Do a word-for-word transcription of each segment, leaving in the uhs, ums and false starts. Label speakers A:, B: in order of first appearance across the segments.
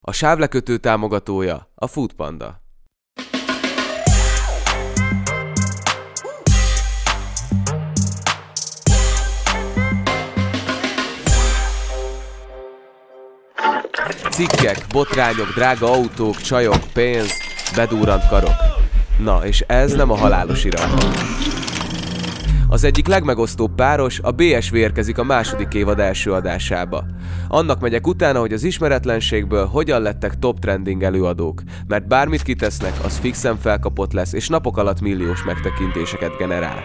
A: A sávlekötő támogatója a Foodpanda. Cikkek, botrányok, drága autók, csajok, pénz, bedúrant karok. Na, és ez nem a halálos irat. Az egyik legmegosztóbb páros, a bé es vé érkezik a második évad első adásába. Annak megyek utána, hogy az ismeretlenségből hogyan lettek top trending előadók, mert bármit kitesznek, az fixen felkapott lesz, és napok alatt milliós megtekintéseket generál.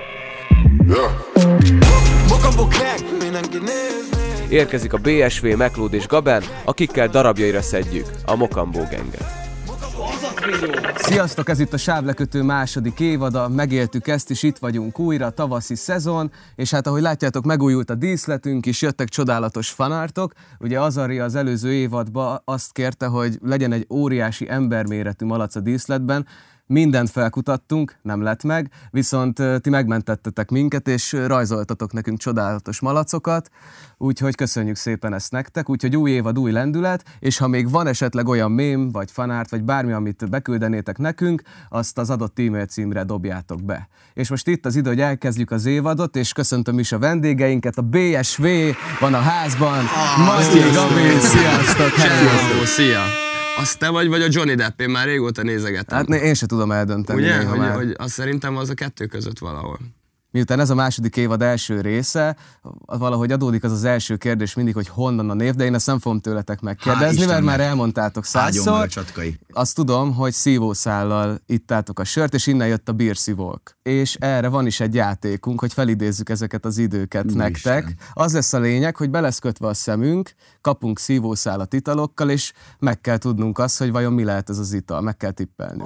A: Érkezik a bé es vé, McLeod és Gaben, akikkel darabjaira szedjük a Mokambó Ganget.
B: Sziasztok, ez itt a Sávlekötő második évada, megéltük ezt is, itt vagyunk újra, tavaszi szezon, és hát ahogy látjátok, megújult a díszletünk is, jöttek csodálatos fanartok. Ugye Azari az előző évadban azt kérte, hogy legyen egy óriási emberméretű malac a díszletben. Mindent felkutattunk, nem lett meg, viszont ti megmentettetek minket, és rajzoltatok nekünk csodálatos malacokat, úgyhogy köszönjük szépen ezt nektek, úgyhogy új évad, új lendület, és ha még van esetleg olyan mém, vagy fanárt, vagy bármi, amit beküldenétek nekünk, azt az adott e-mail címre dobjátok be. És most itt az idő, hogy elkezdjük az évadot, és köszöntöm is a vendégeinket, a bé es vé van a házban, Matyi, Gabi, sziasztok!
C: Hello, szia! Az te vagy, vagy a Johnny Depp? Én már régóta nézegetem.
B: Hát én sem tudom eldönteni.
C: Ugye? Hogy, már... hogy azt szerintem az a kettő között valahol.
B: Miután ez a második évad első része, valahogy adódik az az első kérdés mindig, hogy honnan a név, de én ezt nem fogom tőletek megkérdezni, mert már elmondtátok százszor. Azt tudom, hogy szívószállal ittátok a sört, és innen jött a bírszívók. És erre van is egy játékunk, hogy felidézzük ezeket az időket Úristen. nektek. Az lesz a lényeg, hogy be lesz kötve a szemünk, kapunk szívószálat italokkal, és meg kell tudnunk azt, hogy vajon mi lehet ez az ital. Meg kell tippelni.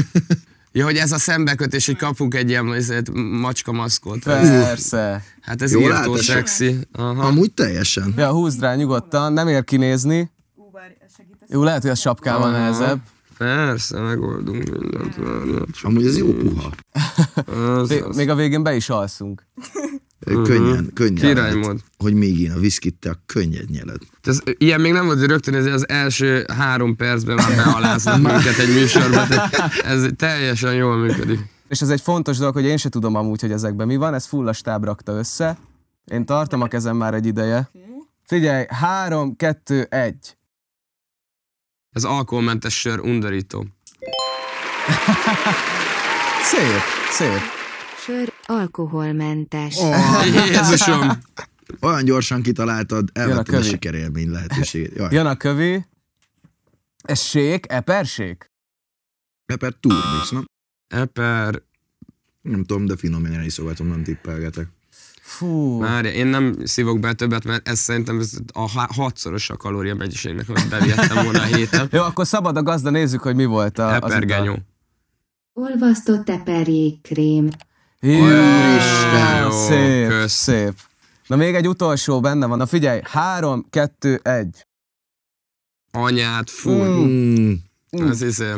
C: Ja, hogy ez a szembekötés, hogy kapunk egy ilyen macska maszkot.
B: Persze.
C: Hát ez írtó szexi. Aha.
D: Amúgy teljesen.
B: Ja, húzd rá nyugodtan, nem ér kinézni. Jó, lehet, hogy a sapkával nehezebb.
C: Persze, megoldunk mindent.
D: Amúgy ez jó puha.
C: Az, az.
B: Még a végén be is alszunk.
D: Könnyen, könnyen.
C: Királymód.
D: Hogy még én a viszkit, te a könnyed nyeled.
C: Ez, ilyen még nem volt, hogy rögtön ez az első három percben már bealáznak minket egy műsorba. Ez teljesen jól működik.
B: És ez egy fontos dolog, hogy én se tudom amúgy, hogy ezekben mi van, ez full a stáb rakta össze. Én tartom a kezem már egy ideje. Figyelj, három, kettő, egy.
C: Ez alkoholmentes sör, undorító.
B: Szép, szép.
E: Sör alkoholmentes.
C: Oh, Jézusom!
D: Olyan gyorsan kitaláltad, elvetted a, a sikerélmény lehetőségét. Jaj.
B: Jön a kövi. Ez sék, epersék?
D: Eper turbix, nem?
C: Eper...
D: Nem tudom, de finom, én iszogatom, nem tippelgetek.
B: Fú.
C: Várj, én nem szívok be többet, mert ez szerintem ez a hatszorosa a kalória mennyiségnek, amit bevihettem volna a héten.
B: Jó, akkor szabad a gazda, nézzük, hogy mi volt a,
C: Epergenyó.
E: Olvasztott eperjékkrém.
B: Úristen, szép,
C: kösz.
B: szép. Na még egy utolsó benne van. Na figyelj, három, kettő, egy.
C: Anyát, fú.
D: Mm.
C: Ez izé...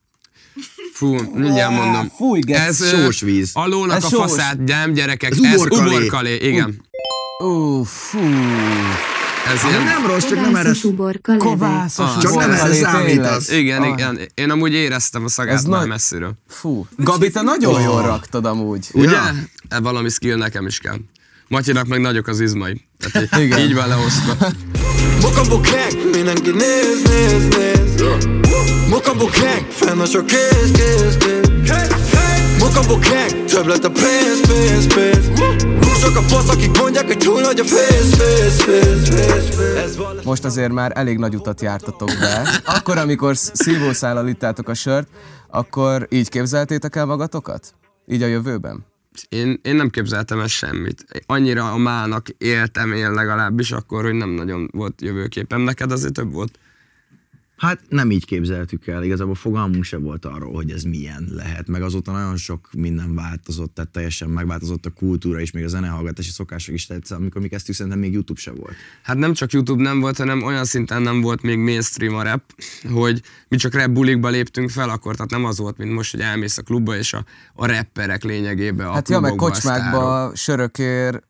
C: Fú, mindjárt mondom.
B: Fúj,
C: ez
D: sós víz.
C: Alónak
B: ez
C: a
B: sós.
C: faszát, gyám gyerekek,
D: ez
C: ez
D: uborkalé.
C: uborkalé, igen.
B: Ú, fú.
C: Ez
D: ilyen... Nem rossz, csak nem erre...
B: Kovászos
D: Csak nem erre számítasz.
C: Igen, ah. igen, én amúgy éreztem a szagát ez már nagy... messziről.
B: Fú, Gabi, te nagyon oh. jól raktad amúgy.
C: Ugye? Ja. Valami skill nekem is kell. Matyinak meg nagyok az izmai. Tehát így, így van leosztva.
F: Mokambó Gang, mindenki néz, néz, néz. Mokambó Gang, fenn a sok kéz, kéz, kéz. Mokambó Gang, több lett a pénz, pénz, pénz. Húsok a fasz, akik mondják, hogy túl nagy a fész, fész, fész, fész.
B: Most azért már elég nagy utat jártatok be. Akkor, amikor szívószállal ittátok a sört, akkor így képzeltétek el magatokat? Így a jövőben?
C: Én, én nem képzeltem el semmit. Annyira a mának éltem én legalábbis akkor, hogy nem nagyon volt jövőképem. Neked azért több volt?
D: Hát nem így képzeltük el, igazából fogalmunk se volt arról, hogy ez milyen lehet, meg azóta nagyon sok minden változott, tehát teljesen megváltozott a kultúra is, még a zenehallgatási szokások is, tehát amikor mi kezdtük, szerintem még YouTube se volt.
C: Hát nem csak YouTube nem volt, hanem olyan szinten nem volt még mainstream a rap, hogy mi csak rap bulikba léptünk fel akkor, tehát nem az volt, mint most, hogy elmész a klubba és a, a rapperek lényegében a
B: hát ja, meg kocsmákba sörökért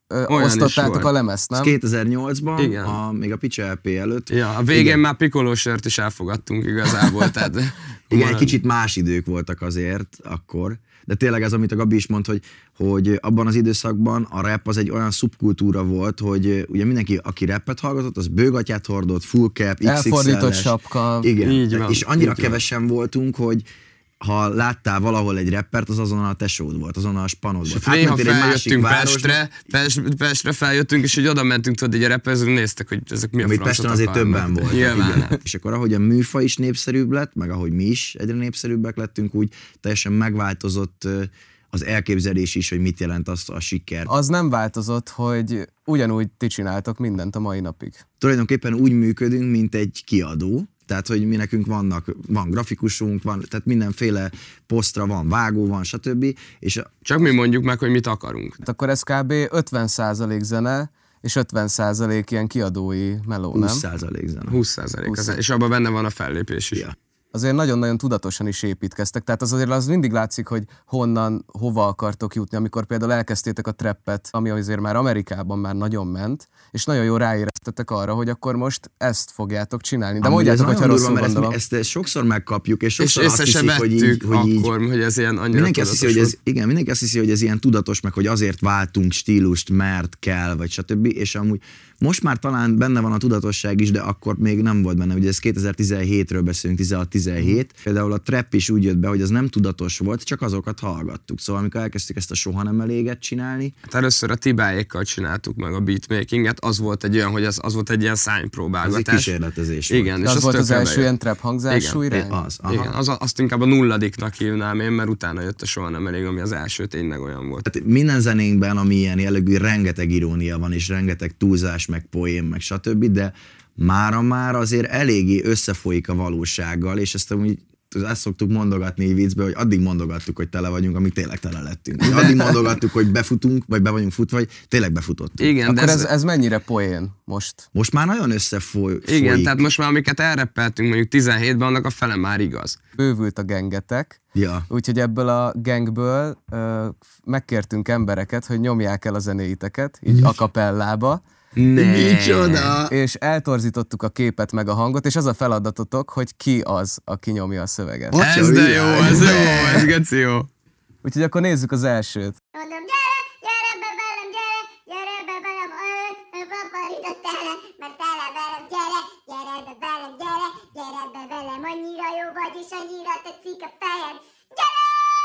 B: ö,
C: Olyan is
B: osztottátok
C: volt.
B: a lemezt,
D: Ez
B: nem?
D: kétezer-nyolcban,
C: Igen.
D: a, még a Picsa el pé előtt.
C: Ja, a végén
D: Igen.
C: már Piccolo sört is elfogadtunk igazából, tehát...
D: Igen, egy kicsit más idők voltak azért akkor, de tényleg ez, amit a Gabi is mond, hogy, hogy abban az időszakban a rap az egy olyan szubkultúra volt, hogy ugye mindenki, aki rappet hallgatott, az bőgatyát hordott, full cap, iksz iksz el-es.
B: Elfordított sapka.
C: Így
D: Igen,
C: van,
D: és annyira
C: így van.
D: kevesen voltunk, hogy ha láttál valahol egy rappert, az azonnal a tesód volt, azonnal a spanod volt.
C: Néha
D: Átmentél egy másik
C: feljöttünk
D: városba,
C: Pestre, Pest, Pestre feljöttünk, és hogy oda mentünk, tudod, így a rappezők néztek, hogy ezek mi a
D: amit
C: francot
D: Pesten azért
C: akarnak.
D: többen volt.
C: Nyilván.
D: És akkor ahogy a műfaj is népszerűbb lett, meg ahogy mi is egyre népszerűbbek lettünk, úgy teljesen megváltozott ö, az elképzelés is, hogy mit jelent az a siker.
B: Az nem változott, hogy ugyanúgy ti csináltok mindent a mai napig.
D: Tulajdonképpen úgy működünk, mint egy kiadó, tehát, hogy mi nekünk vannak, van grafikusunk, van, tehát mindenféle posztra van, vágó van, stb. És a,
C: Csak mi mondjuk meg, hogy mit akarunk.
B: Hát akkor ez kb. ötven százalék zene, és ötven százalék ilyen kiadói meló, nem?
D: húsz százalék zene.
C: húsz százalék,
B: húsz.
C: és abban benne van a fellépés is.
D: Ja.
B: Azért nagyon-nagyon tudatosan is építkeztek, tehát az azért az mindig látszik, hogy honnan, hova akartok jutni, amikor például elkezdtétek a trappet, ami azért már Amerikában már nagyon ment, és nagyon jól ráéreztetek arra, hogy akkor most ezt fogjátok csinálni. De
D: Amúgy
B: mondjátok,
D: ez
B: hogyha
D: nagyon
B: rosszul
D: durva, mert
B: gondolom.
D: ezt, ezt sokszor megkapjuk, és
C: És
D: sokszor
C: észre
D: azt
C: se
D: hiszik, hogy így,
C: vettük
D: hogy így
C: akkor, hogy ez ilyen annyira
D: mindenki azt hiszi, hogy
C: tudatos
D: ez, igen, mindenki azt hiszi, hogy ez ilyen tudatos, meg hogy azért váltunk stílust, mert kell, vagy stb. És amúgy most már talán benne van a tudatosság is, de akkor még nem volt benne. Ugye ez kétezer-tizenhétről beszélünk, tizenhat tizenhét. Például a trap is úgy jött be, hogy az nem tudatos volt, csak azokat hallgattuk. Szóval amikor elkezdtük ezt a Soha nem eléget csinálni,
C: Hát először a Tibáékkal csináltuk meg a beatmakinget, az volt egy olyan, hogy az, az volt egy ilyen
D: az egy
C: szánypróbálgatás.
D: kísérletezés
C: Igen,
B: De
C: és
B: az volt
C: tök
B: az első
C: bejött.
B: ilyen trap hangzású
C: Igen,
B: irány?
D: az, aha.
C: Igen, az, azt inkább a nulladiknak hívnám én, mert utána jött a Soha nem elég, ami az első tényleg olyan volt.
D: Tehát minden zenénkben, ami ilyen jellegű, rengeteg irónia van, és rengeteg túlzás, meg poém, meg stb., de mára már azért eléggé összefolyik a valósággal, és ezt amúgy ezt szoktuk mondogatni így viccbe, hogy addig mondogattuk, hogy tele vagyunk, amíg tényleg tele lettünk. Addig mondogattuk, hogy befutunk, vagy be vagyunk futva, vagy tényleg befutottunk.
C: Igen,
B: Akkor
C: de
B: ez, ez mennyire poén most?
D: Most már nagyon összefolyik.
C: igen, tehát most már amiket elreppeltünk mondjuk tizenhétben, annak a fele már igaz.
B: Bővült a gengetek,
D: Ja.
B: úgyhogy ebből a gangből ö, megkértünk embereket, hogy nyomják el a zenéiteket, így a capellába,
C: Ne.
D: Micsoda!
B: és eltorzítottuk a képet meg a hangot, és az a feladatotok, hogy ki az, aki nyomja a szöveget.
D: Atya
C: Ez de jó,
D: világ,
C: ez jó,
D: de.
C: ez geci jó.
B: Úgyhogy akkor nézzük az elsőt.
G: Mondom, gyere, gyere be velem, gyere, gyere be velem, olyan, paparított tele, mert tele velem, gyere, gyere be velem, gyere, gyere be velem, annyira jó vagy, és annyira tetszik a fejed, gyere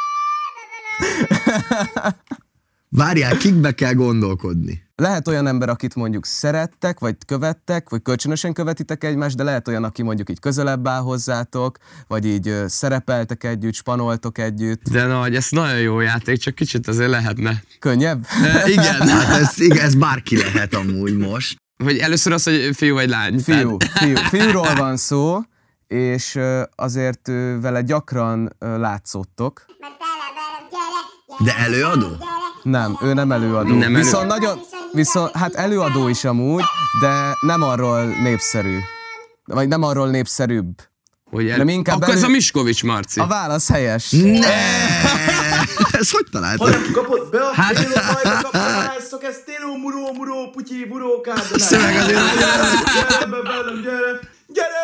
G: be velem!
D: Várjál, kikbe kell gondolkodni.
B: Lehet olyan ember, akit mondjuk szerettek, vagy követtek, vagy kölcsönösen követitek egymást, de lehet olyan, aki mondjuk így közelebb áll hozzátok, vagy így ö, szerepeltek együtt, spanoltok együtt.
C: De nagy, ez nagyon jó játék, csak kicsit azért lehetne.
B: Könnyebb?
C: E, igen.
D: Hát ez, igen, ez bárki lehet amúgy most.
C: Vagy először az, hogy fiú vagy lány.
B: Fiú, fiú. Fiúról van szó, és ö, azért ö, vele gyakran ö, látszottok.
G: Mert tele velem, gyere, gyere,
D: De előadó?
G: gyere,
B: Nem, ő nem előadó.
C: Nem
B: viszont
C: előadó.
B: nagyon, viszont, hát előadó is amúgy, de nem arról népszerű. Vagy nem arról népszerűbb.
C: Hogy el...
B: Nem, inkább
C: Akkor
B: elő-
C: ez a Miskovics Marci.
B: A válasz helyes.
D: Ne! Ez hogy találtad?
H: Kapott be a
C: Hát-
H: télo, majd kapcsolások, ez télo, muró, muró, putyi, buró, kárdonál.
D: Szöveg azért-
H: Gyere be velem, gyere, gyere!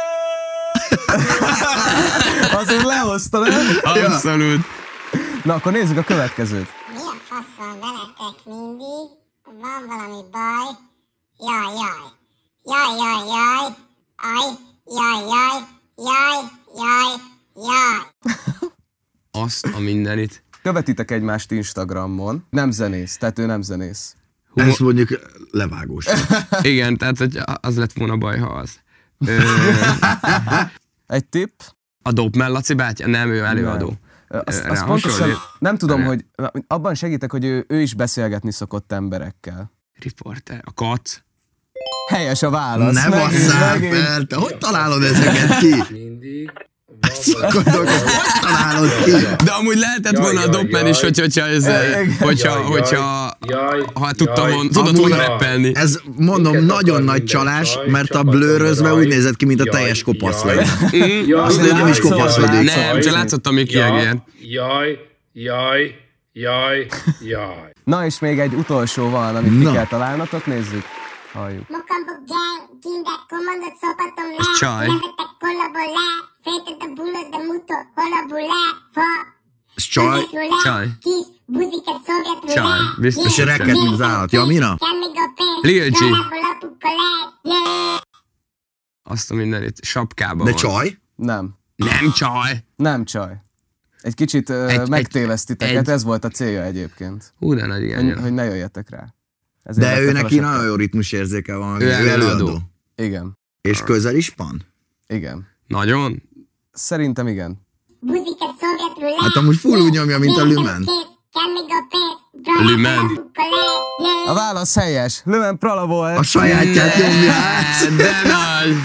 B: Azért lehozta, nem?
C: Abszolút.
B: Na, akkor nézzük a következőt.
G: Mi a faszom veletek mindig? Van valami baj? Jaj, jaj. Jaj, jaj, jaj. Aj, jaj, jaj. Jaj, jaj, jaj.
C: Azt a mindenit.
B: Követitek egymást Instagramon. Nem zenész, tehát ő nem zenész.
D: Ez mondjuk levágós.
C: Igen, tehát hogy az lett volna baj, ha az. Ö,
B: Egy tipp.
C: a Dopman Laci bátya? Nem, ő előadó.
B: Nem. Azt,
C: Rá
B: azt pontosan
C: hasonlít?
B: nem tudom,
C: Nem.
B: hogy abban segítek, hogy ő, ő is beszélgetni szokott emberekkel.
C: Riporter. A Kac.
B: Helyes a válasz.
D: Nem
B: Megint,
D: basszál
B: megint.
D: fel, te hogy találod ezeket ki?
H: Mindig
D: Gondolkodom, hogy találod ki?
C: De amúgy lehetett
H: Jaj,
C: volna a
H: jaj,
C: Dopman
H: jaj.
C: is, hogyha, hogyha, ez,
B: Igen.
C: hogyha,
H: Jaj, jaj,
C: hogyha
H: jaj,
C: ha tudtam
H: jaj.
C: volna, tudod
D: Amúgy-
C: volna rappelni.
D: Ez mondom,
H: Minket
D: nagyon
H: akar
D: nagy
H: minden
D: csalás,
H: csaj,
D: mert a
H: csapat
D: blőrözve
H: raj.
D: úgy nézett ki, mint a
H: Jaj,
D: teljes kopasz
H: jaj.
D: vagy.
H: Jaj,
D: Azt nem is kopasz
H: jaj,
D: vagy.
C: Nem, csak látszott a Miki
H: jaj,
C: egér.
H: Jaj, jaj, jaj, jaj.
B: Na és még egy utolsó van, amit
D: Na.
B: ki kell találnatok, nézzük. Halljuk.
G: Mokambo gang, kinda, komandot szopatom le.
C: Ez csaj.
G: Nevetek kollabol le. Félted a bulod, de muto, kollabol le. Fa.
D: Ez csaj.
C: Csaj.
G: Kis, buziket, szovjet rulett.
C: Csaj, biztos.
D: És reked, mint az állat. Ja, Mina?
G: Kell még a pénz.
C: Lil G.
G: Garából apuka le. Yeah.
C: Azt a mindenit sapkában
D: De
C: van.
D: csaj?
B: Nem.
C: Nem csaj.
B: Nem csaj. Egy kicsit ö,
C: Egy-
B: megtévesztiteket,
C: egy-
B: ez volt a célja egyébként.
C: Hú, de nagy
B: Hogy,
C: igen.
B: hogy ne jöjjetek rá. Ezért
D: De
B: vette
D: ő
B: fel a
D: neki
B: sapkát.
D: nagyon jó ritmusérzéke van.
C: Ő előadó.
B: Igen,
D: És közel is van?
B: igen.
C: Nagyon?
B: Szerintem igen.
G: Buziket, szovjet rulett.
D: Hát amúgy full úgy nyomja, mint a Lümen.
G: Kell még a pénz. Garából
C: Lümen.
G: apuka le. Yeah.
B: A válasz helyes. Lümen Prala volt.
D: A sajátját nyomja.
C: De nagy!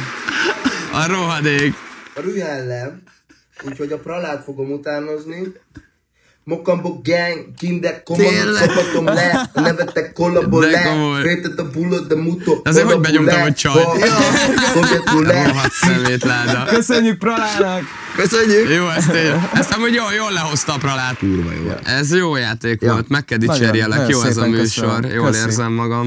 C: A rohadék.
H: A rühellem, úgyhogy a pralát fogom utánozni. Mokambo gang, kindek, komandot
D: Tényleg?
H: szopatom le. Nevetek kollabol
C: De
H: le.
C: komoly.
H: Félted a bulod, de muto,
C: Azért hogy
H: kollabol
C: benyomtam,
H: le.
C: hogy csaj?
H: Fa. Szovjetról le.
C: Rohadt szemétláda.
B: Köszönjük Pralának!
D: Köszönjük!
C: Jó, ezt én. Ezt amúgy jól, jól lehozta a pralát.
D: Kurva jó.
C: Ez jó játék
D: Ja.
C: volt, meg kell
B: Nagyon,
C: dicsérjelek,
B: nagyon
C: jó ez a
B: szépen
C: műsor,
B: köszönöm.
C: jól
B: Köszi.
C: érzem magam.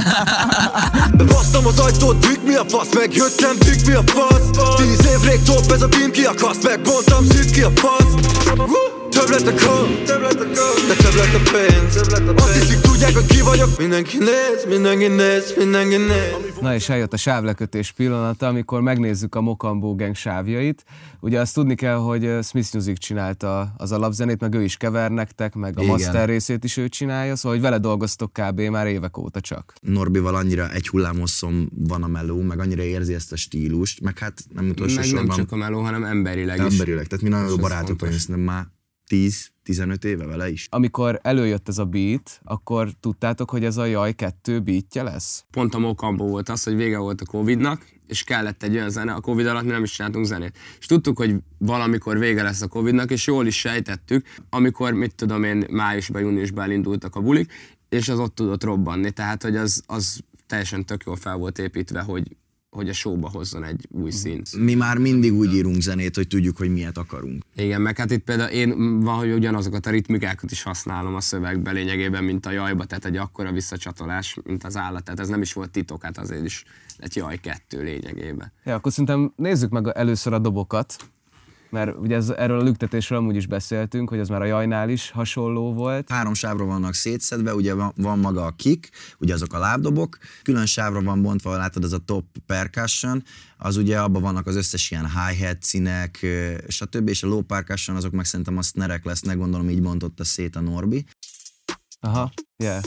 F: Basztam az ajtót, trükk mi a fasz, megjöttem, trükk mi a fasz. Tíz év rég top, ez a team kiakaszt, megbontam, szűk ki a fasz. Több lett a kör, több lett a kör, de több lett a pénz. Azt hiszik, tudják, hogy ki vagyok. Mindenki néz, mindenki néz, mindenki néz.
B: Na és eljött a sávlekötés pillanata, amikor megnézzük a Mokambo Gang sávjait. Ugye azt tudni kell, hogy ö, Smith Music csinálta az alapzenét, meg ő is kever nektek, meg a
D: Igen.
B: master részét is ő csinálja, szóval hogy vele dolgoztok kb. Már évek óta csak.
D: Norbival annyira egy hullámhosszon van a meló, meg annyira érzi ezt a stílust, meg hát nem utolsó
C: Meg nem
D: sorban
C: csak a meló, hanem emberileg is.
D: emberileg. Tehát mi nagyon jó
C: ez
D: barátok
C: fontos.
D: vagyunk, szerintem már tíz-tizenöt éve vele is.
B: Amikor előjött ez a beat, akkor tudtátok, hogy ez a Jaj kettő beatje lesz?
C: Pont a Mokambo volt az, hogy vége volt a Covidnak, és kellett egy olyan zene, a Covid alatt mi nem is csináltunk zenét. És tudtuk, hogy valamikor vége lesz a Covidnak, és jól is sejtettük, amikor, mit tudom én, májusban, júniusban elindultak a bulik, és az ott tudott robbanni. Tehát, hogy az, az teljesen tök jól fel volt építve, hogy, hogy a showba hozzon egy új színt.
D: Mi már mindig úgy írunk zenét, hogy tudjuk, hogy miért akarunk.
C: Igen, meg hát itt például én van, hogy ugyanazokat a ritmikákat is használom a szövegben lényegében, mint a Jajba, tehát egy akkora visszacsatolás, mint az állat, tehát ez nem is volt titok, hát azért is lett Jaj kettő lényegében.
B: Ja, akkor szerintem nézzük meg először a dobokat, mert ugye ez, erről a lüktetésről amúgy is beszéltünk, hogy az már a Jajnál is hasonló volt.
D: Három sávra vannak szétszedve, ugye van, van maga a kick, ugye azok a lábdobok, külön sávra van bontva, látod, ez a top percussion, az ugye abban vannak az összes ilyen hi-hat színek, ö, stb. És a low percussion, azok meg szerintem a snare-ek lesznek, gondolom így bontotta szét a Norbi.
B: Aha, yeah.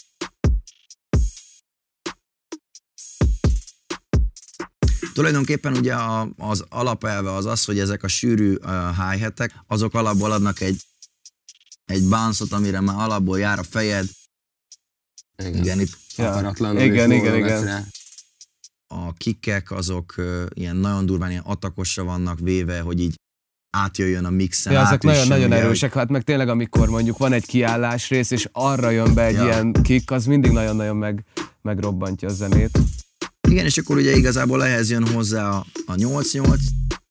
D: Tulajdonképpen ugye a, az alapelve az az, hogy ezek a sűrű uh, hi-hatek, azok alapból adnak egy, egy bounce-ot, amire már alapból jár a fejed.
C: Igen,
D: Igen, itt
B: Ja.
C: akaratlanul
B: Igen,
C: is
B: igen,
C: bólogatsz
B: igen.
C: rá.
D: a kickek azok uh, ilyen nagyon durván ilyen atakosra vannak véve, hogy így átjöjjön a mixen.
B: Ja, ezek
D: átüssön,
B: nagyon-nagyon
D: ugye,
B: erősek, hát meg tényleg amikor mondjuk van egy kiállás rész, és arra jön be egy
D: Ja.
B: ilyen kick, az mindig nagyon-nagyon meg, megrobbantja a zenét.
D: hogy- Igen, és akkor ugye igazából ehhez jön hozzá a, a nyolc nyolc.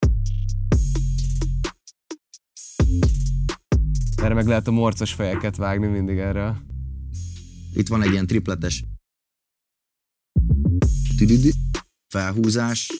B: Erre meg lehet a morcos fejeket vágni mindig erre.
D: Itt van egy ilyen tripletes tüdüdü, felhúzás.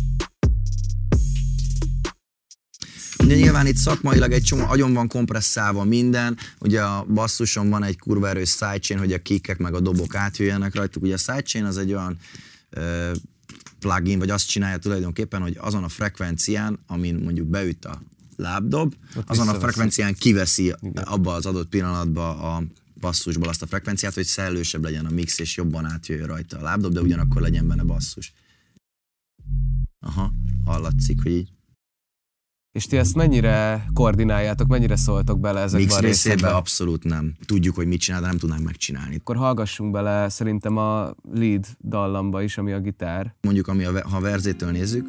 D: Ugye nyilván itt szakmailag egy csomó, agyon van kompresszálva minden, ugye a basszuson van egy kurva erős sidechain, hogy a kickek meg a dobok átjöjjenek rajtuk. Ugye a sidechain az egy olyan ö, plugin, vagy azt csinálja tulajdonképpen, hogy azon a frekvencián, amin mondjuk beüt a lábdob,
B: Ott
D: azon a
B: visszaveszi.
D: frekvencián kiveszi
B: Igen.
D: abba az adott pillanatba a basszusból azt a frekvenciát, hogy szellősebb legyen a mix, és jobban átjöjjön rajta a lábdob, de ugyanakkor legyen benne basszus. Aha, hallatszik, hogy így
B: És ti ezt mennyire koordináljátok, mennyire szóltok bele ezekbe
D: mix
B: a
D: részében
B: részekbe?
D: abszolút nem. Tudjuk, hogy mit csinál, de nem tudnánk megcsinálni.
B: Akkor hallgassunk bele szerintem a lead dallamba is, ami a gitár.
D: Mondjuk, ami a, ha a verzétől nézzük,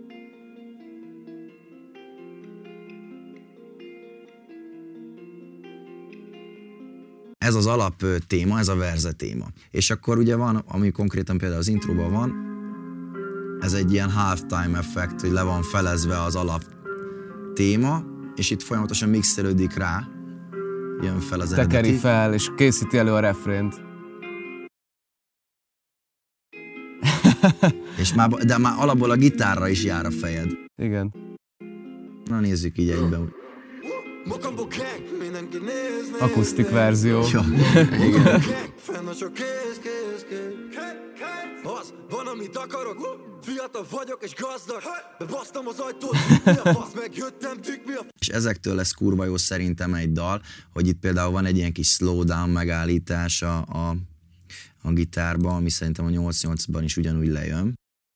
D: ez az alap ö, téma, ez a verze téma. És akkor ugye van, ami konkrétan például az intróban van, ez egy ilyen halftime effekt, hogy le van felezve az alap téma, és itt folyamatosan mixelődik rá jön fel az
B: tekeri
D: eredeti.
B: fel, és készíti elő a refrént.
D: És már, de már alapból a gitárra is jár a fejed.
B: Igen.
D: Na nézzük így egyben.
B: Akusztik verzió.
D: Ja.
F: Igen. Az van, amit akarok, fiatal vagyok és gazdag, bebasztam az ajtót, mi a fasz, megjöttem, tük, mi a...
D: És ezektől lesz kurva jó szerintem egy dal, hogy itt például van egy ilyen kis slowdown megállítása a, a gitárban, ami szerintem a nyolc nyolcban is ugyanúgy lejön.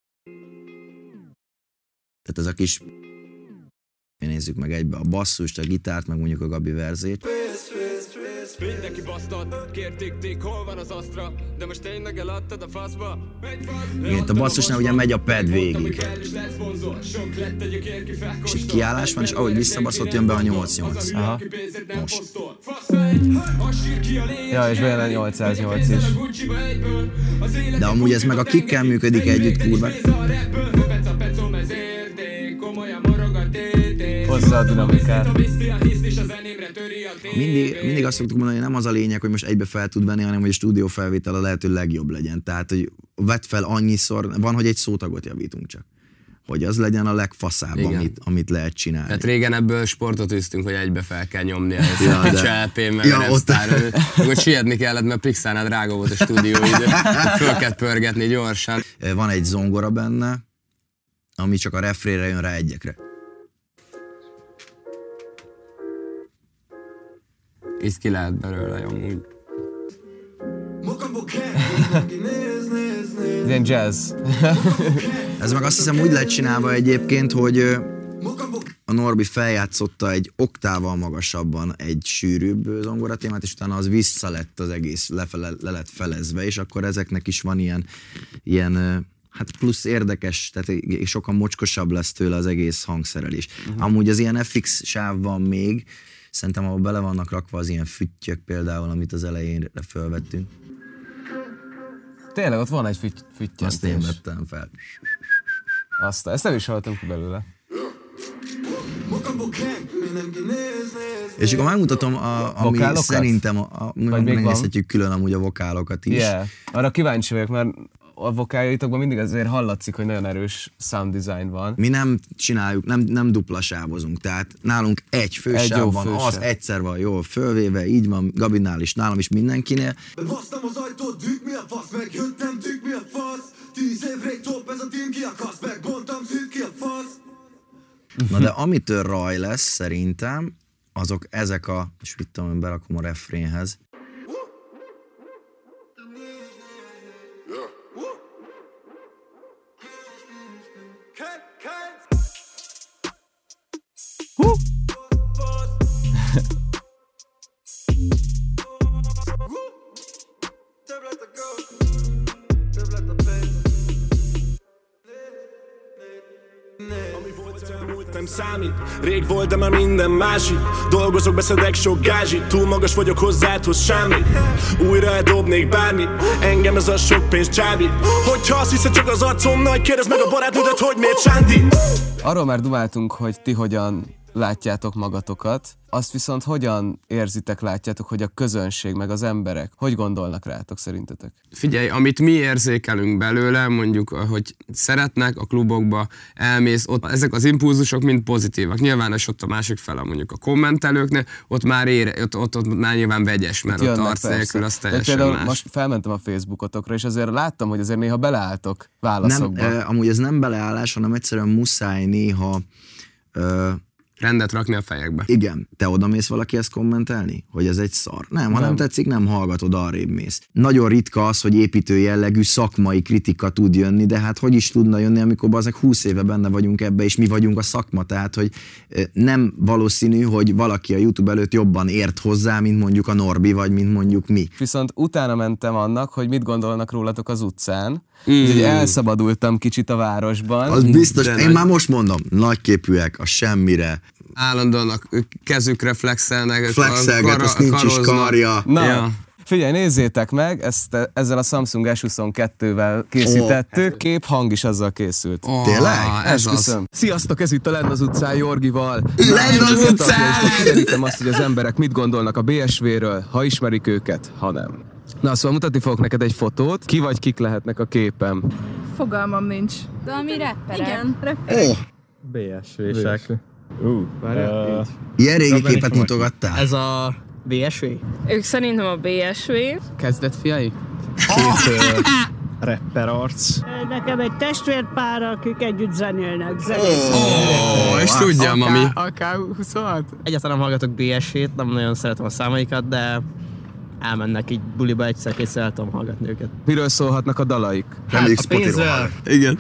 D: Tehát ez a kis... Nézzük meg egybe a basszust, a gitárt, meg mondjuk a Gabi verzét.
I: Mindenki basztad, kérték, hol van az Astra, de most tényleg eladtad a faszba.
D: Igen, a basszusnál ugye megy a pad végig. És egy kiállás van, és ahogy visszabaszott, jön be a nyolc nyolc.
B: Aha.
D: Most.
B: Ja, és bejön a nyolcszáznyolc is.
D: De amúgy ez meg a kickkel működik együtt, kurva.
B: Hozzá a dinamikát.
D: Mindig, mindig azt szoktuk mondani, hogy nem az a lényeg, hogy most egybe fel tud venni, hanem hogy a stúdió felvétel a lehető legjobb legyen. Tehát, hogy vedd fel annyiszor, van, hogy egy szótagot javítunk csak. Hogy az legyen a legfaszább, amit, amit lehet csinálni.
C: Tehát régen ebből sportot üztünk, hogy egybe fel kell nyomni ezt
D: ja,
C: a cselpén, meg
D: ja,
C: a Repstar. Akkor sietni kellett, mert Pixánál drága volt a stúdióidő. Föl kellett pörgetni gyorsan.
D: Van egy zongora benne, ami csak a refrénre jön rá egyekre.
C: Így ki lehet belőle amúgy.
B: Ilyen jazz.
D: Ez meg azt hiszem úgy lett csinálva egyébként, hogy a Norbi feljátszotta egy oktával magasabban egy sűrűbb zongoratémát, és utána az vissza lett az egész, lefele, le lett felezve, és akkor ezeknek is van ilyen, ilyen hát plusz érdekes, tehát sokkal mocskosabb lesz tőle az egész hangszerelés. Uh-huh. Amúgy az ilyen ef iksz sáv van még, szerintem ahol bele vannak rakva az ilyen füttyök például, amit az elején fölvettünk.
B: Tényleg, ott van egy füty- füttyentés.
D: Azt én vettem fel.
B: Azt, ezt nem is hallottam ki belőle.
D: És akkor megmutatom, a, ami
B: vokálokat?
D: Szerintem, a, a, megnézhetjük külön amúgy a vokálokat is.
B: Yeah. Arra kíváncsi vagyok, mert a vokájaitokban mindig azért hallatszik, hogy nagyon erős sound design van.
D: Mi nem csináljuk, nem, nem dupla sávozunk, tehát nálunk egy fősáv van, fősáv. Az egyszer van jól fölvéve, így van Gabinál is, nálam is, mindenkinél.
F: Bebasztam az ajtót, dük, mi a fasz, megjöttem, dük, mi a fasz. Tíz év rég top, ez a team, ki akasz, megbontam, szűt, ki a fasz.
D: Na de amitől raj lesz szerintem, azok ezek a, és mit tudom, berakom a refrénhez.
B: Hú!
J: Nem számít, rég volt, de már minden másik. Dolgozok, beszedek sok gázsit, túl magas vagyok hozzád, hoz semmit. Újra eldobnék bármit, engem ez a sok pénz csábít. Hogyha azt hiszed csak az arcom nagy, kérdezd meg a barátnődet, hogy miért csánti.
B: Arról már dumáltunk, hogy ti hogyan látjátok magatokat, azt viszont hogyan érzitek, látjátok, hogy a közönség, meg az emberek, hogy gondolnak rátok szerintetek?
C: Figyelj, amit mi érzékelünk belőle, mondjuk, hogy szeretnek a klubokba, elmész, ott ezek az impulzusok mind pozitívak. Nyilván és ott a másik fele, mondjuk a kommentelőknél, ott már, ére, ott, ott, ott már nyilván vegyes, mert ott arc nélkül az teljesen
B: például
C: más.
B: Most felmentem a Facebookotokra, és azért láttam, hogy azért néha beleálltok válaszokba.
D: Nem, eh, amúgy ez nem beleállás, hanem egyszerűen muszáj néha... Eh,
C: rendet rakni a fejekbe.
D: Igen. Te oda mész valakihez kommentelni? Hogy ez egy szar? Nem, ha nem, nem tetszik, nem hallgatod, arrébb mész. Nagyon ritka az, hogy építő jellegű szakmai kritika tud jönni, de hát hogy is tudna jönni, amikor azok húsz éve benne vagyunk ebbe, és mi vagyunk a szakma, tehát hogy nem valószínű, hogy valaki a YouTube előtt jobban ért hozzá, mint mondjuk a Norbi, vagy mint mondjuk mi.
B: Viszont utána mentem annak, hogy mit gondolnak rólatok az utcán, mm. úgyhogy elszabadultam kicsit a városban.
D: Az biztos, én nagy... már most mondom, nagyképűek, a semmire.
C: Állandóan a kezükre flexelnek.
D: Flexelget, azt nincs is karja.
B: Na,
C: ja.
B: Figyelj, nézzétek meg, ezt ezzel a Samsung es huszonkettővel készítettük, kép, hang is azzal készült.
C: Oh,
D: Tényleg?
C: Ez az.
B: Sziasztok, ez itt a Lenn az utcán Jorgival.
D: Lenn az utcán!
B: Kierítem azt, hogy az emberek mit gondolnak a bé es vé-ről, ha ismerik őket, ha nem. Na, szóval mutatni fogok neked egy fotót. Ki vagy kik lehetnek a képen?
K: Fogalmam nincs.
L: De ami rapperek.
K: Igen,
D: Ó, oh,
M: bé es vé-sek. Ú,
B: Várjál,
D: ilyen régi képet mutogattál?
M: Ez a bé es vé?
K: Ők szerintem a bé es vé.
B: Kezdett fiai?
M: Két uh, rapper arc.
N: Nekem egy testvérpár, akik együtt zenélnek.
C: Ó, és tudja, mami.
B: A ká huszonhat?
M: Egyáltalán nem hallgatok bé es vét, nem nagyon szeretem a számaikat, de elmennek így buliba egyszer-kétszer, el tudom hallgatni őket.
B: Miről szólhatnak a dalaik?
M: Hát, a pénzről.
C: Igen.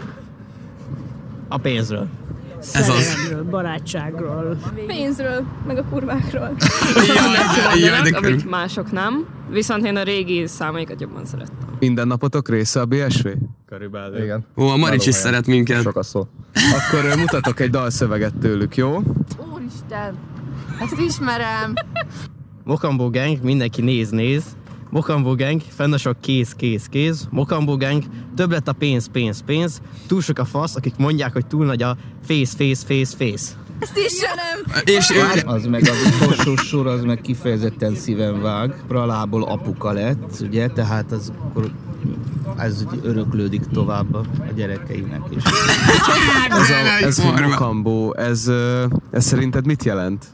M: A pénzről.
C: Ez az.
N: Szerelmről, barátságról.
K: Pénzről, meg a kurvákról.
C: Jaj, de
K: amit mások nem. Viszont én a régi számaikat jobban szerettem.
B: Minden napotok része a bé es vé?
M: Körülbelül.
B: Igen.
C: Ó, a Marics is szeret minket.
M: Sok a szó.
B: Akkor mutatok egy dalszöveget tőlük, jó?
L: Úristen, ezt ismerem.
M: Mokambó Gang, mindenki néz-néz. Mokambó Gang, fenn a sok kéz, kéz, kéz. Mokambó Gang, több lett a pénz, pénz, pénz. Túl sok a fasz, akik mondják, hogy túl nagy a face, face, face, face.
L: Ezt ismerem.
C: És ő...
O: Az meg az utolsó sor, az meg kifejezetten szíven vág. Pralából apuka lett, ugye, tehát az akkor ez öröklődik tovább a gyerekeinek is.
B: Ez, a, ez hogy Mokambó, ez, ez szerinted mit jelent?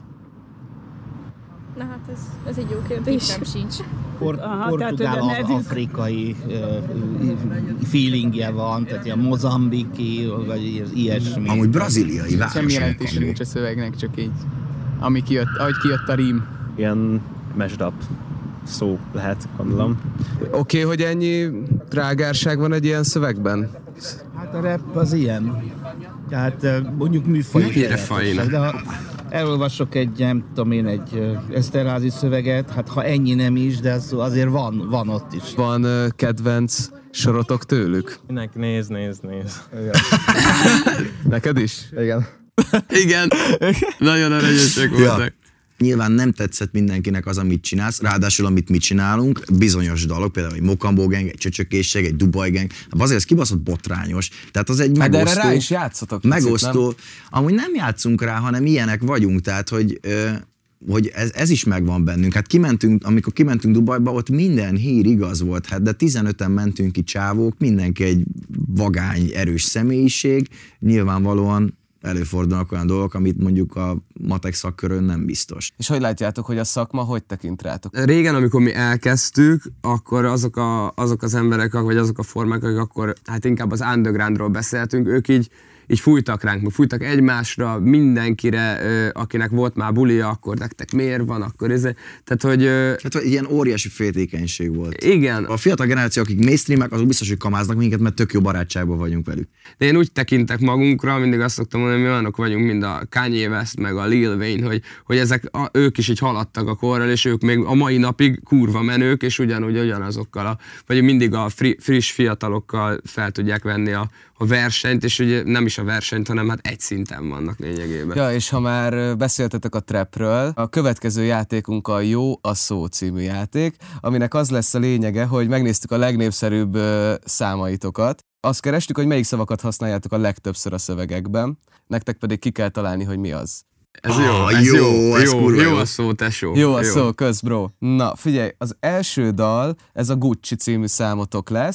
K: Na hát ez, ez egy jó kérdés.
L: Nem sincs.
O: Port,
N: Aha,
O: portugál,
N: tehát,
O: az afrikai uh, feelingje van, tehát ilyen mozambiki, vagy ilyesmi.
D: Amúgy braziliai város.
P: Semmi jelentés nincs a szövegnek, csak így, ami kijött, ahogy kijött a rím.
M: Ilyen mashed up szó lehet, gondolom.
B: Oké, okay, hogy ennyi trágárság van egy ilyen szövegben?
O: Hát a rap az ilyen. Tehát mondjuk műfaj. De ha elolvasok egy, nem tudom én, egy Eszterházy szöveget, hát ha ennyi nem is, de az azért van, van ott is.
B: Van uh, kedvenc sorotok tőlük?
M: Mindenki néz, néz, néz.
B: Neked is?
M: Igen.
C: Igen. Nagyon aranyosek voltak. Ja.
D: Nyilván nem tetszett mindenkinek az, amit csinálsz, ráadásul amit mi csinálunk, bizonyos dalok, például egy Mokambó Gang, egy Csöcsökészség, egy Dubai Gang, azért ez kibaszott botrányos, tehát az egy megosztó.
B: De erre rá is játszotok.
D: Megosztó.
B: Picit,
D: amúgy nem játszunk rá, hanem ilyenek vagyunk, tehát hogy, hogy ez, ez is megvan bennünk. Hát kimentünk, amikor kimentünk Dubajba, ott minden hír igaz volt, hát de tizenöten mentünk ki csávók, mindenki egy vagány, erős személyiség, nyilvánvalóan előfordulnak olyan dolgok, amit mondjuk a matek szakkörön nem biztos.
B: És hogy látjátok, hogy a szakma hogy tekint rátok?
C: Régen, amikor mi elkezdtük, akkor azok, a, azok az emberek, vagy azok a formák, akik akkor hát inkább az undergroundról beszéltünk, ők így, így fújtak ránk, meg fújtak egymásra, mindenkire, akinek volt már bulia, akkor nektek miért van, akkor ez... Tehát, hogy...
D: Hát ilyen óriási féltékenység volt.
C: Igen.
D: A fiatal generáció, akik mainstreamek, azok biztos, hogy kamáznak minket, mert tök jó barátságban vagyunk velük.
C: De én úgy tekintek magunkra, mindig azt szoktam mondani, hogy mi olyanok vagyunk, mint a Kanye West, meg a Lil Wayne, hogy, hogy ezek a, ők is így haladtak a korral, és ők még a mai napig kurva menők, és ugyanúgy ugyanazokkal, a, vagy mindig a fri, friss fiatalokkal fel tudják venni a, a versenyt, és ugye nem is a versenyt, hanem hát egy szinten vannak lényegében.
B: Ja, és ha már beszéltetek a trapről, a következő játékunk a Jó a szó című játék, aminek az lesz a lényege, hogy megnéztük a legnépszerűbb uh, számaitokat. Azt kerestük, hogy melyik szavakat használjátok a legtöbbször a szövegekben, nektek pedig ki kell találni, hogy mi az.
C: Ez jó, ah, ez jó, jó, ez jó, jó a szó, tesó.
B: Jó a jó. szó, kösz, bro. Na, figyelj, az első dal, ez a Gucci című számotok lesz.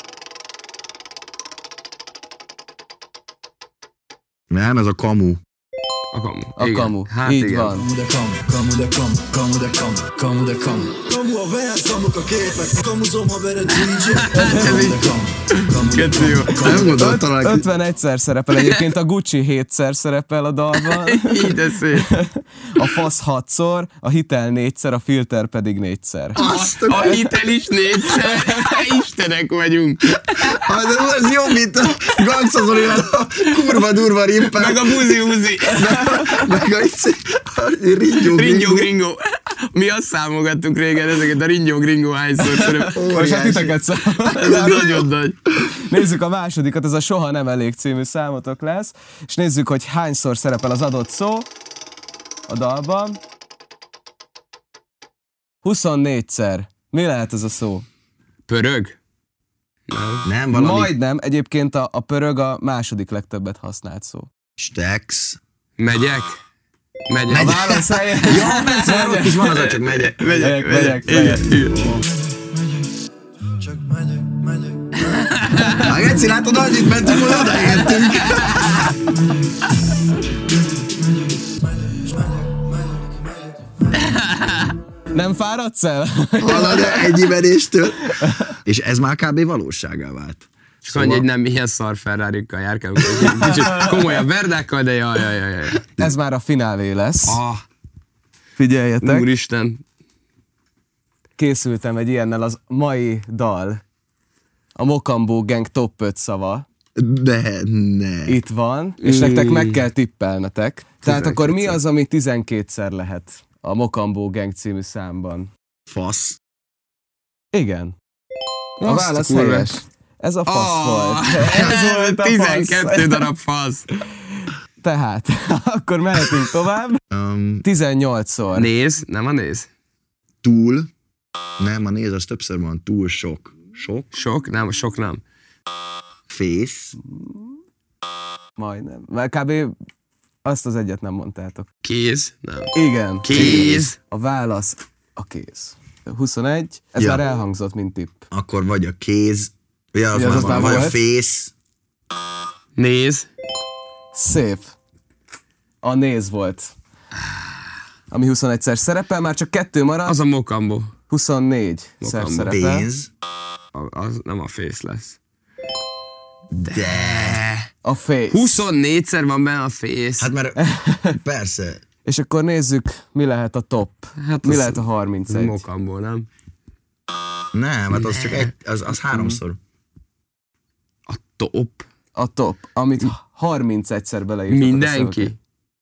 D: Nem, ez a kamu.
C: A kamu.
B: A
C: igen.
B: kamu.
C: Hát
B: így
C: igen.
B: van.
F: Kamu de kamu, kamu de kamu, kamu de kamu, kamu de kamu. Kamu a verszamok a képek, kamuzom a vered dé dzsé. Kamu de kamu, kamu de kamu.
D: Nem gondoltam, hogy...
B: ötvenegyszer szerepel egyébként, a Gucci hétszer szerepel a dalban.
C: Így de szép.
B: A fasz hatszor, a hitel négyszer, a filter pedig négyszer.
C: Azt a hitel is négyszer. Istenek vagyunk.
D: Az, az jobb, mint a Gangsta-Zolival a kurva durva rimpel.
C: Meg a buzi-uzi.
D: Meg a ringyó
C: gringó. Gringó. Mi azt számogattuk régen, ezeket a ringyó gringó hányszor szerep.
B: Most hát titeket számoltuk.
C: Ez nagyon nagy.
B: Nézzük a másodikat, ez a Soha nem elég című számotok lesz, és nézzük, hogy hányszor szerepel az adott szó a dalban. huszonnégyszer. Mi lehet ez a szó?
C: Pörög?
D: Nem, nem valami...
B: Majdnem, egyébként a, a pörög a második legtöbbet használt szó.
D: Stex.
C: Megyek? Megyek.
B: A válasz helye.
D: Jó, persze, ott is van az, csak megyek.
B: Megyek, megyek, megyek.
F: Csak megyek, megyek.
D: Már Geci, látod, annyit mentünk, hogy odaértünk.
B: Nem fáradsz el?
D: Hallod, ennyi menéstől. És ez már kb. Valóságá vált.
C: És szóval... hogy nem ilyen szar Ferrari-kkal járkálunk, kicsit komolyabb verdákkal, de jaj, jaj, jaj, jaj.
B: Ez már a finálé lesz.
C: Ah.
B: Figyeljetek.
C: Úristen.
B: Készültem egy ilyennel, az mai dal. A Mocambo Gang top öt szava.
D: De ne.
B: Itt van, és mm. nektek meg kell tippelnetek. Tehát akkor mi az, ami tizenkétszer lehet a Mocambo Gang című számban?
D: Fasz.
B: Igen. A válasz helyes. Ez a fasz oh, volt.
C: Ez volt a tizenkettő darab fasz.
B: Tehát, akkor mehetünk tovább. Um, tizennyolcszor.
C: Néz, nem a néz.
D: Túl. Nem, a néz az többször van. Túl sok. Sok?
C: Sok? Nem, sok nem.
D: Face.
B: Majdnem. Mert kb. Azt az egyet nem mondtátok.
C: Kéz? Nem.
B: Igen.
C: Kéz.
B: A válasz a kéz. huszonegy. Ez ja. már elhangzott, mint tipp.
D: Akkor vagy a kéz. Ja, az, az, az már vagy a face.
C: Néz.
B: Szép. A néz volt. Ami huszonegyszer szerepel, már csak kettő marad.
C: Az a Mocambo.
B: huszonnégyszer szerepel.
D: Pénz.
C: Az nem a face lesz.
D: De.
B: A face.
C: huszonnégyszer van benne a face.
D: Hát mert persze.
B: És akkor nézzük, mi lehet a top. Hát mi lehet a harmincegy.
C: Mocambo, nem?
D: Nem, hát az csak egy, az, az háromszor.
C: A top?
B: A top, amit harmincegyszer beleírtatok.
C: Mindenki?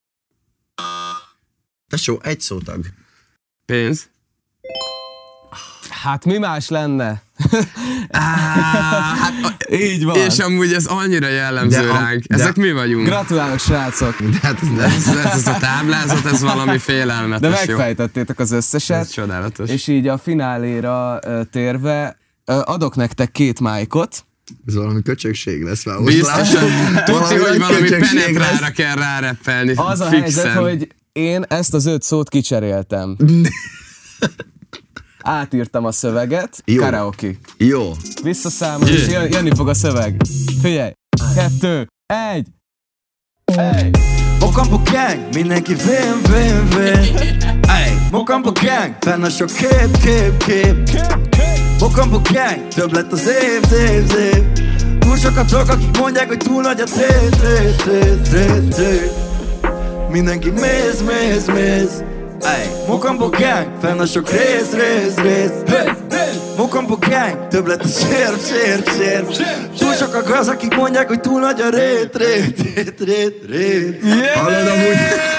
D: Tesó, egy szótag.
C: Pénz?
B: Hát mi más lenne?
C: Á, hát a,
B: így van.
C: És amúgy ez annyira jellemző de ránk. A, Ezek mi vagyunk?
B: Gratulálok, srácok!
D: De hát
C: ez, ez, ez, ez a táblázat, ez valami félelmetes.
B: De megfejtettétek az összeset.
C: Ez csodálatos.
B: És így a fináléra uh, térve uh, adok nektek két májkot.
D: Ez valami köcsökség lesz már.
C: Biztosan. Tudti, hogy valami penetrára kell ráreppelni.
B: Az a
C: fixen.
B: helyzet, hogy én ezt az öt szót kicseréltem. Átírtam a szöveget,
D: jó.
B: Karaoke.
D: Jó.
B: Visszaszámol, és jön, jönni fog a szöveg. Figyelj! Kettő, egy, egy.
F: Mocambo Gang, mindenki vén, vén, vén. Ey, Mocambo Gang, fenn a sok kép, kép, kép. Mocambo Gang, több lett az év, év, év. Túl sokat sok, akik mondják, hogy túl nagy a tét, tét, tét, tét, tét. Mindenki méz, méz, méz. Ey, Mocambo Gang, fenn a sok rész, rész, rész. Hey, hey. Mocambo Gang, több lett a sérv, sérv, sérv. Túl sokak az, akik mondják, hogy túl nagy a rét, rét, rét, rét, rét.
D: Hallod amúgy?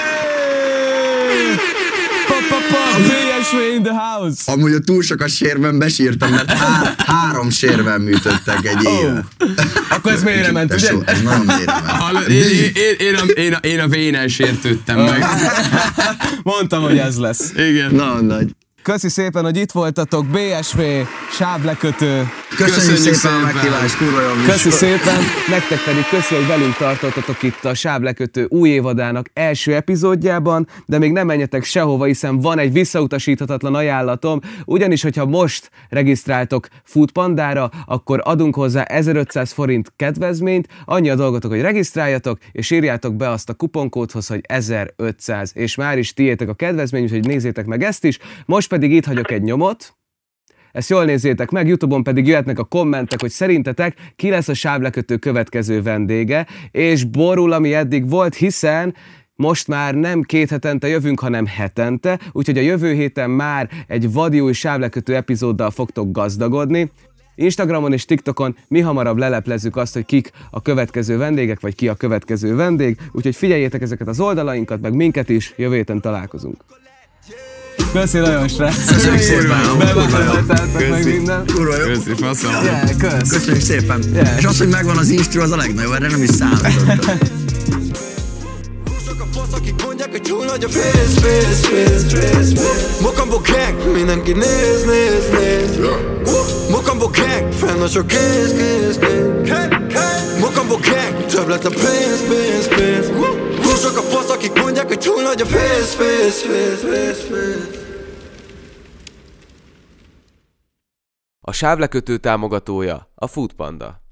B: bé es vé in the house.
D: Amúgy a túl sok a sérben besírtam, mert há három sérvel műtöttek egy éve.
B: Akkor ez mélyre ment, ugye?
D: Ez nagyon mélyre ment.
C: Én, én, én, a, én, a, én a vénen sértődtem meg.
B: Mondtam, hogy ez lesz.
C: Igen.
D: Na, nagy.
B: Köszi szépen, hogy itt voltatok. bé es vé, sávlekötő.
D: Köszönjük, Köszönjük szépen a meghívást, kurva jó.
B: Köszi szépen, nektek pedig köszi, hogy velünk tartottatok itt a Sávlekötő új évadának első epizódjában, de még nem menjetek sehova, hiszen van egy visszautasíthatatlan ajánlatom, ugyanis, hogyha most regisztráltok Foodpandára, akkor adunk hozzá ezerötszáz forint kedvezményt, annyi a dolgotok, hogy regisztráljatok, és írjátok be azt a kuponkódhoz, hogy ezerötszáz, és már is tiétek a kedvezmény, úgyhogy nézzétek meg ezt is. Most pedig itt hagyok egy nyomot, ezt jól nézzétek meg, YouTube-on pedig jöhetnek a kommentek, hogy szerintetek ki lesz a Sávlekötő következő vendége, és borul, ami eddig volt, hiszen most már nem két hetente jövünk, hanem hetente, úgyhogy a jövő héten már egy vadiúj Sávlekötő epizóddal fogtok gazdagodni. Instagramon és TikTokon mi hamarabb leleplezzük azt, hogy kik a következő vendégek, vagy ki a következő vendég, úgyhogy figyeljétek ezeket az oldalainkat, meg minket is, jövő héten találkozunk. Köszi nagyon, srác!
D: Köszönjük szépen!
B: Bevállaltátok meg minden!
D: Kurva jó!
C: Köszi, faszom!
B: Yeah, kösz.
D: Köszönjük szépen!
B: Yeah.
D: És az, hogy megvan az instru, az a legnagyobb, erre nem is számítottam.
F: mondják, hogy túl nagy a fész, fész, fész, fész, fész. Mokambó gang, mindenki néz, néz, néz. Mokambó gang, fenn a sok kéz, kéz, kéz. Mokambó gang, több lett a pénz, pénz, pénz. Túl sok a fasz, akik mondják, hogy túl nagy a fész, fész, fész, fész, fész.
A: A sávlekötő támogatója a Foodpanda.